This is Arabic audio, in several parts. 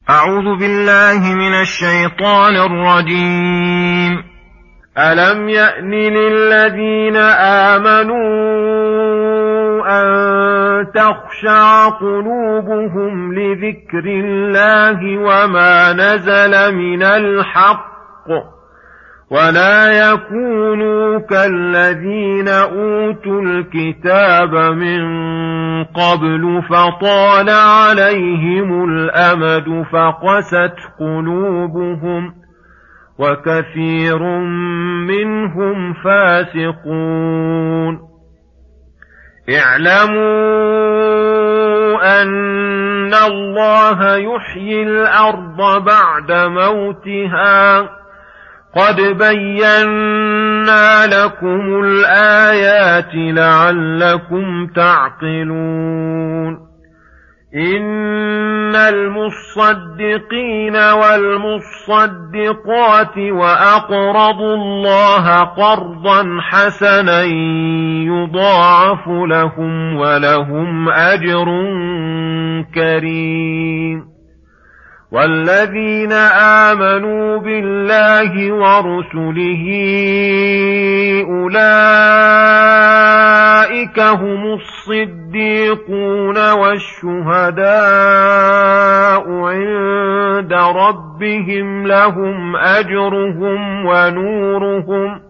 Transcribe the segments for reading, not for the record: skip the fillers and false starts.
أعوذ بالله من الشيطان الرجيم. ألم يأن للذين آمنوا أن تخشع قلوبهم لذكر الله وما نزل من الحق ولا يكونوا كالذين أوتوا الكتاب من قبل فطال عليهم الأمد فقست قلوبهم وكثير منهم فاسقون. اعلموا أن الله يحيي الأرض بعد موتها قد بينا لكم الآيات لعلكم تعقلون. إن المصدقين والمصدقات وأقرضوا الله قرضا حسنا يضاعف لهم ولهم أجر كريم. والذين آمنوا بالله ورسله أولئك هم الصديقون والشهداء عند ربهم لهم أجرهم ونورهم.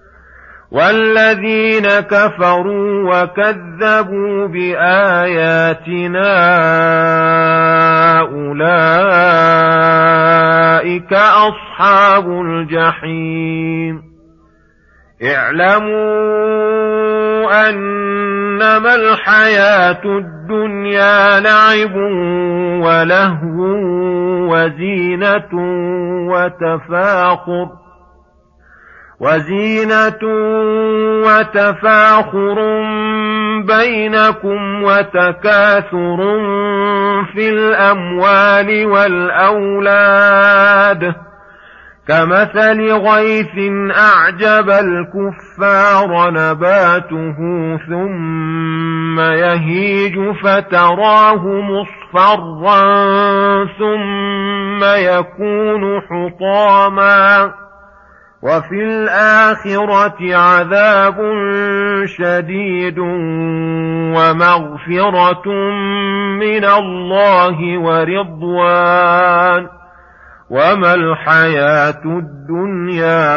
والذين كفروا وكذبوا بآياتنا أولئك أصحاب الجحيم. اعلموا أنما الحياة الدنيا لعب ولهو وزينة وتفاخر بينكم وتكاثر في الأموال والأولاد كمثل غيث أعجب الكفار نباته ثم يهيج فتراه مصفرا ثم يكون حطاما وفي الآخرة عذاب شديد ومغفرة من الله ورضوان وما الحياة الدنيا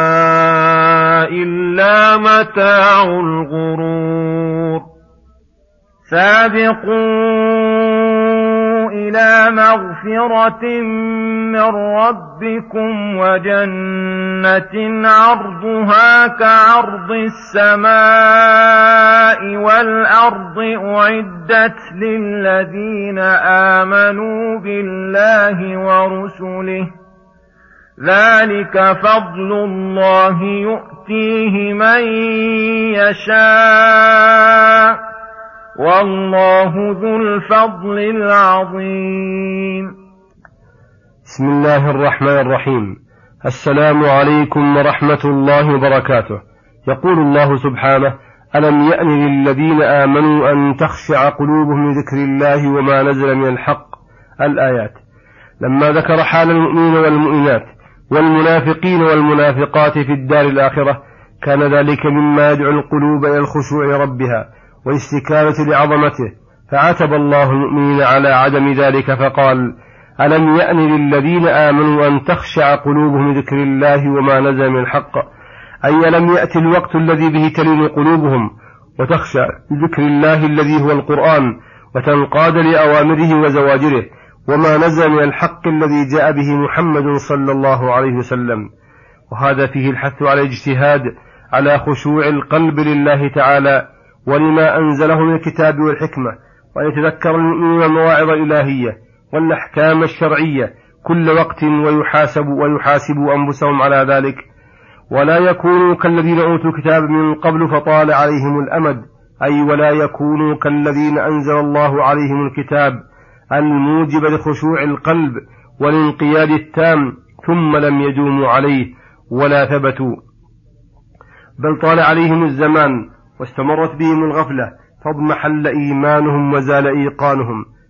إلا متاع الغرور. سابقوا إلى مغفرة من ربكم وجنة عرضها كعرض السماء والأرض أعدت للذين آمنوا بالله ورسله ذلك فضل الله يؤتيه من يشاء والله ذو الفضل العظيم. بسم الله الرحمن الرحيم. السلام عليكم ورحمة الله وبركاته. يقول الله سبحانه: ألم يأن للذين آمنوا أن تخشع قلوبهم لذكر الله وما نزل من الحق. الآيات. لما ذكر حال المؤمنين والمؤمنات والمنافقين والمنافقات في الدار الآخرة كان ذلك مما يدعو القلوب إلى الخشوع ربها والاستكانة لعظمته، فعتب الله المؤمنين على عدم ذلك فقال: ألم يأن للذين آمنوا أن تخشع قلوبهم لذكر الله وما نزل من الحق، أي لم يأتي الوقت الذي به تلين قلوبهم وتخشع لذكر الله الذي هو القرآن وتنقاد لأوامره وزواجره وما نزل من الحق الذي جاء به محمد صلى الله عليه وسلم. وهذا فيه الحث على الاجتهاد على خشوع القلب لله تعالى ولما أنزله من الكتاب والحكمة، وأن يتذكر المؤمنون المواعظ الإلهية والأحكام الشرعية كل وقت ويحاسبوا أنفسهم على ذلك، ولا يكونوا كالذين أوتوا الكتاب من قبل فطال عليهم الأمد، أي ولا يكونوا كالذين أنزل الله عليهم الكتاب الموجب لخشوع القلب والانقياد التام ثم لم يدوموا عليه ولا ثبتوا، بل طال عليهم الزمان واستمرت بهم الغفلة فاضمحل إيمانهم وزال إيقانهم،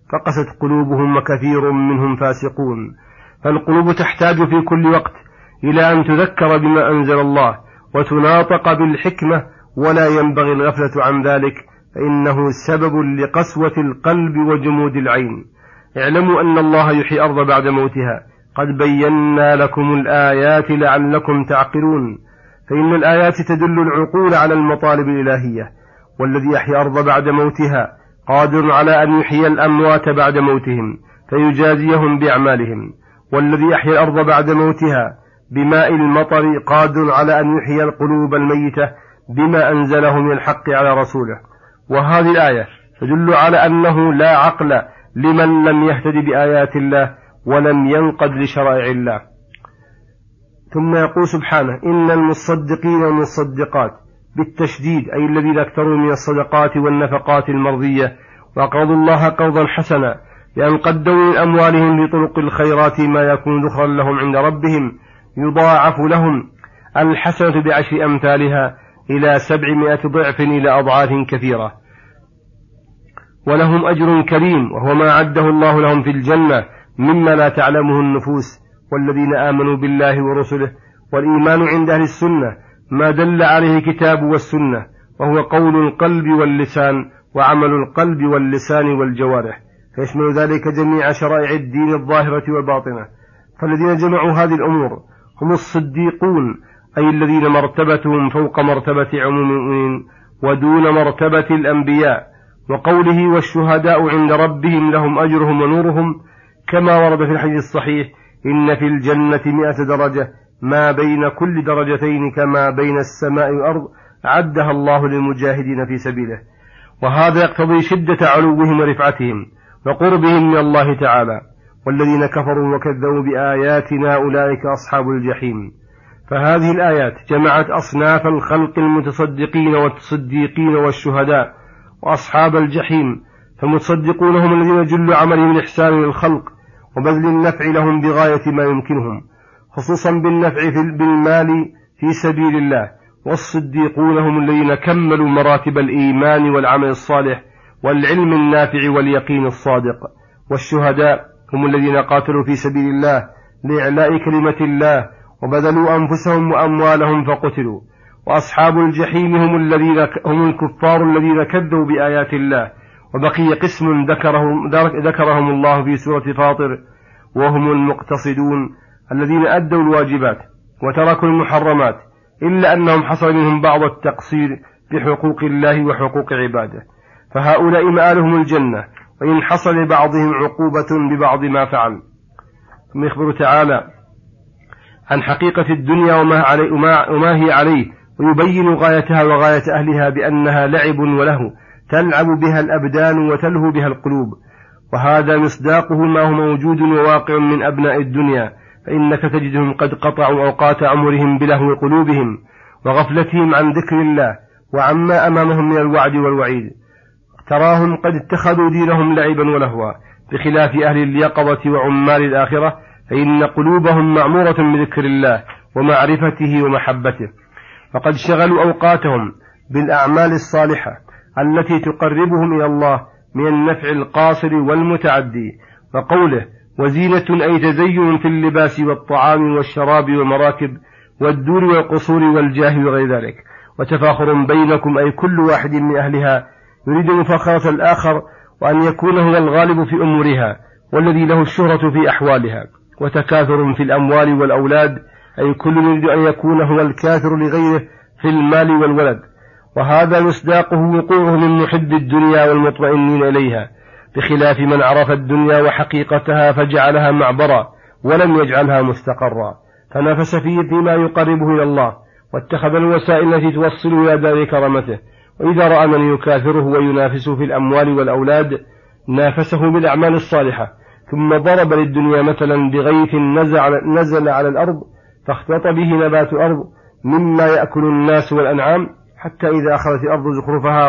فقست قلوبهم وكثير منهم فاسقون. فالقلوب تحتاج في كل وقت إلى أن تذكر بما أنزل الله وتناطق بالحكمة، ولا ينبغي الغفلة عن ذلك، فإنه سبب لقسوة القلب وجمود العين. اعلموا أن الله يحيي الأرض بعد موتها، قد بينا لكم الآيات لعلكم تعقلون. فإن الآيات تدل العقول على المطالب الإلهية، والذي يحيي الأرض بعد موتها قادر على أن يحيي الأموات بعد موتهم فيجازيهم بأعمالهم، والذي يحيي الأرض بعد موتها بماء المطر قادر على أن يحيي القلوب الميتة بما أنزله من الحق على رسوله. وهذه الآية تدل على أنه لا عقل لمن لم يهتدي بآيات الله ولم ينقد لشرائع الله. ثم يقول سبحانه: إن المصدقين والمصدقات، بالتشديد أي الذين اكثروا من الصدقات والنفقات المرضية وأقرضوا الله قرضا حسنا، لأن قدموا من أموالهم لطرق الخيرات ما يكون ذخرا لهم عند ربهم، يضاعف لهم الحسنة ب10 أمثالها إلى 700 ضعف إلى أضعاف كثيرة، ولهم أجر كريم، وهو ما عده الله لهم في الجنة مما لا تعلمه النفوس. والذين آمنوا بالله ورسله، والإيمان عند أهل السنة ما دل عليه الكتاب والسنة، وهو قول القلب واللسان وعمل القلب واللسان والجوارح، فيشمل ذلك جميع شرائع الدين الظاهرة والباطنة. فالذين جمعوا هذه الأمور هم الصديقون، أي الذين مرتبتهم فوق مرتبة عموم المؤمنين ودون مرتبة الأنبياء. وقوله: والشهداء عند ربهم لهم أجرهم ونورهم، كما ورد في الحديث الصحيح: إن في الجنة 100 درجة، ما بين كل درجتين كما بين السماء والأرض، عدها الله للمجاهدين في سبيله. وهذا يقتضي شدة علوهم ورفعتهم وقربهم من الله تعالى. والذين كفروا وكذبوا بآياتنا أولئك أصحاب الجحيم. فهذه الآيات جمعت أصناف الخلق المتصدقين والصديقين والشهداء وأصحاب الجحيم. فالمتصدقون هم الذين جل عملهم الإحسان للخلق وبذل النفع لهم بغاية ما يمكنهم، خصوصا بالنفع بالمال في سبيل الله. والصديقون هم الذين كملوا مراتب الإيمان والعمل الصالح والعلم النافع واليقين الصادق. والشهداء هم الذين قاتلوا في سبيل الله لإعلاء كلمة الله وبذلوا أنفسهم وأموالهم فقتلوا. وأصحاب الجحيم هم الكفار الذين كذبوا بآيات الله. وبقي قسم ذكرهم الله في سورة فاطر، وهم المقتصدون الذين أدوا الواجبات وتركوا المحرمات، إلا أنهم حصل منهم بعض التقصير بحقوق الله وحقوق عباده، فهؤلاء مآلهم الجنة، وإن حصل لبعضهم عقوبة ببعض ما فعل. ثم يخبر تعالى عن حقيقة الدنيا وما هي عليه، ويبين غايتها وغاية أهلها بأنها لعب وله تلعب بها الأبدان وتلهو بها القلوب. وهذا مصداقه ما هو موجود وواقع من أبناء الدنيا، فإنك تجدهم قد قطعوا أوقات عمرهم بلهو قلوبهم وغفلتهم عن ذكر الله وعما أمامهم من الوعد والوعيد. تراهم قد اتخذوا دينهم لعبا ولهوا، بخلاف أهل اليقظة وعمال الآخرة، فإن قلوبهم معمورة بذكر الله ومعرفته ومحبته، فقد شغلوا أوقاتهم بالأعمال الصالحة التي تقربهم إلى الله من النفع القاصر والمتعدي. وقوله: وزينة أي تزين في اللباس والطعام والشراب والمراكب والدور والقصور والجاه وغير ذلك، وتفاخر بينكم أي كل واحد من أهلها يريد مفاخرة الآخر وأن يكون هو الغالب في أمورها والذي له الشهرة في أحوالها، وتكاثر في الأموال والأولاد أي كل يريد أن يكون هو الكاثر لغيره في المال والولد. وهذا مصداقه وقوعه من محب الدنيا والمطمئنين إليها، بخلاف من عرف الدنيا وحقيقتها فجعلها معبرا ولم يجعلها مستقرا، فنافس فيما يقربه إلى الله، واتخذ الوسائل التي توصل إلى دار كرامته. وإذا رأى من يكاثره وينافسه في الأموال والأولاد نافسه بالأعمال الصالحة، ثم ضرب للدنيا مثلا بغيث نزل على الأرض فاختلط به نبات الأرض مما يأكل الناس والأنعام، حتى إذا أخذت الأرض زخرفها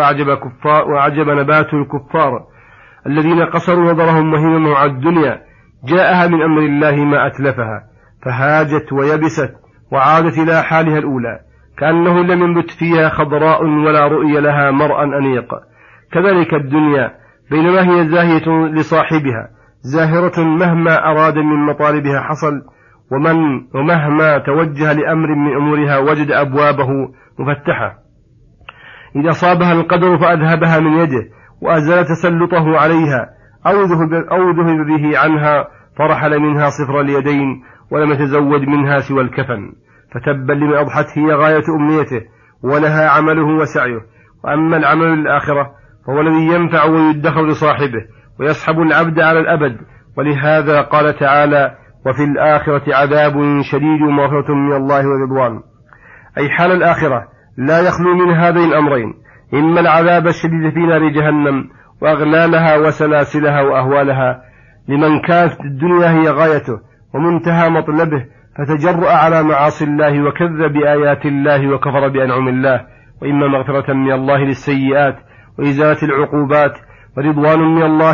وأعجب نبات الكفار الذين قصروا نظرهم وهمهم على الدنيا، جاءها من أمر الله ما أتلفها، فهاجت ويبست وعادت إلى حالها الأولى، كأنه لم ينبت فيها خضراء ولا رؤي لها مرءا أنيق. كذلك الدنيا، بينما هي زاهية لصاحبها زاهرة مهما أراد من مطالبها حصل، ومهما توجه لأمر من أمورها وجد أبوابه مفتحة. إذا أصابها القدر فأذهبها من يده وأزال تسلطه عليها أو ذهب به عنها فرحل منها صفر اليدين ولم يتزود منها سوى الكفن، فتبا لمن أضحت هي غاية أمنيته ولها عمله وسعيه. وأما العمل الآخرة فهو الذي ينفع ويدخر لصاحبه ويصحب العبد على الأبد، ولهذا قال تعالى: وفي الآخرة عذاب شديد ومغفرة من الله ورضوان. أي حال الآخرة لا يخلو من هذين الأمرين: إما العذاب الشديد في نار جهنم وأغلالها وسلاسلها وأهوالها لمن كانت الدنيا هي غايته ومنتهى مطلبه فتجرأ على معاصي الله وكذب بآيات الله وكفر بأنعم الله، وإما مغفرة من الله للسيئات وإزالة العقوبات ورضوان من الله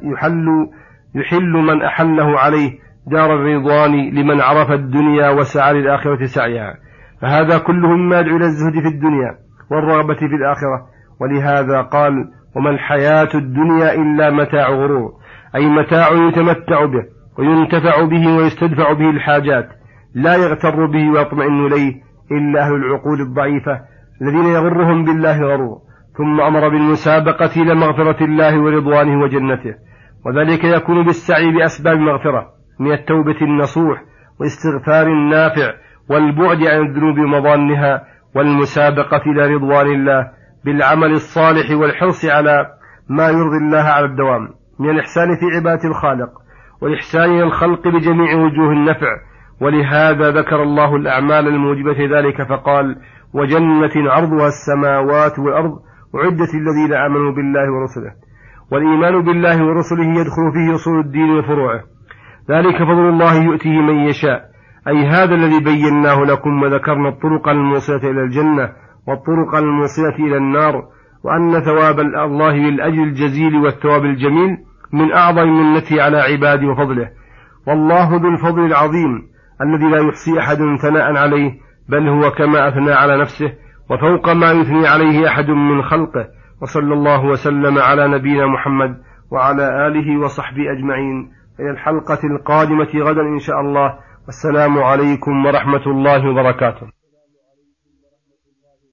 يحل من أحله عليه دار الرضوان لمن عرف الدنيا وسعى للآخرة سعيها. فهذا كله مما يدعو إلى الزهد في الدنيا والرغبة في الآخرة. ولهذا قال: وما الحياة الدنيا إلا متاع غرور، أي متاع يتمتع به وينتفع به ويستدفع به الحاجات، لا يغتر به ويطمئن إليه إلا أهل العقول الضعيفة الذين يغرهم بالله غرور. ثم أمر بالمسابقة إلى مغفرة الله ورضوانه وجنته، وذلك يكون بالسعي بأسباب المغفرة من التوبة النصوح والاستغفار النافع والبعد عن الذنوب ومظانها، والمسابقة إلى رضوان الله بالعمل الصالح والحرص على ما يرضي الله على الدوام من الإحسان في عبادة الخالق والإحسان إلى الخلق بجميع وجوه النفع. ولهذا ذكر الله الأعمال الموجبة ذلك فقال: وجنة عرضها السماوات والأرض أعدت الذين آمنوا بالله ورسله. والإيمان بالله ورسله يدخل فيه أصول الدين وفروعه، ذلك فضل الله يؤتيه من يشاء، أي هذا الذي بيناه لكم وذكرنا الطرق الموصلة إلى الجنة والطرق الموصلة إلى النار، وأن ثواب الله للأجر الجزيل والثواب الجميل من أعظم منته على عباده وفضله. والله ذو الفضل العظيم الذي لا يحصي أحد ثناء عليه، بل هو كما أثنى على نفسه وفوق ما يثني عليه أحد من خلقه. وصلى الله وسلم على نبينا محمد وعلى آله وصحبه أجمعين. إلى الحلقة القادمة غدا إن شاء الله، والسلام عليكم ورحمة الله وبركاته.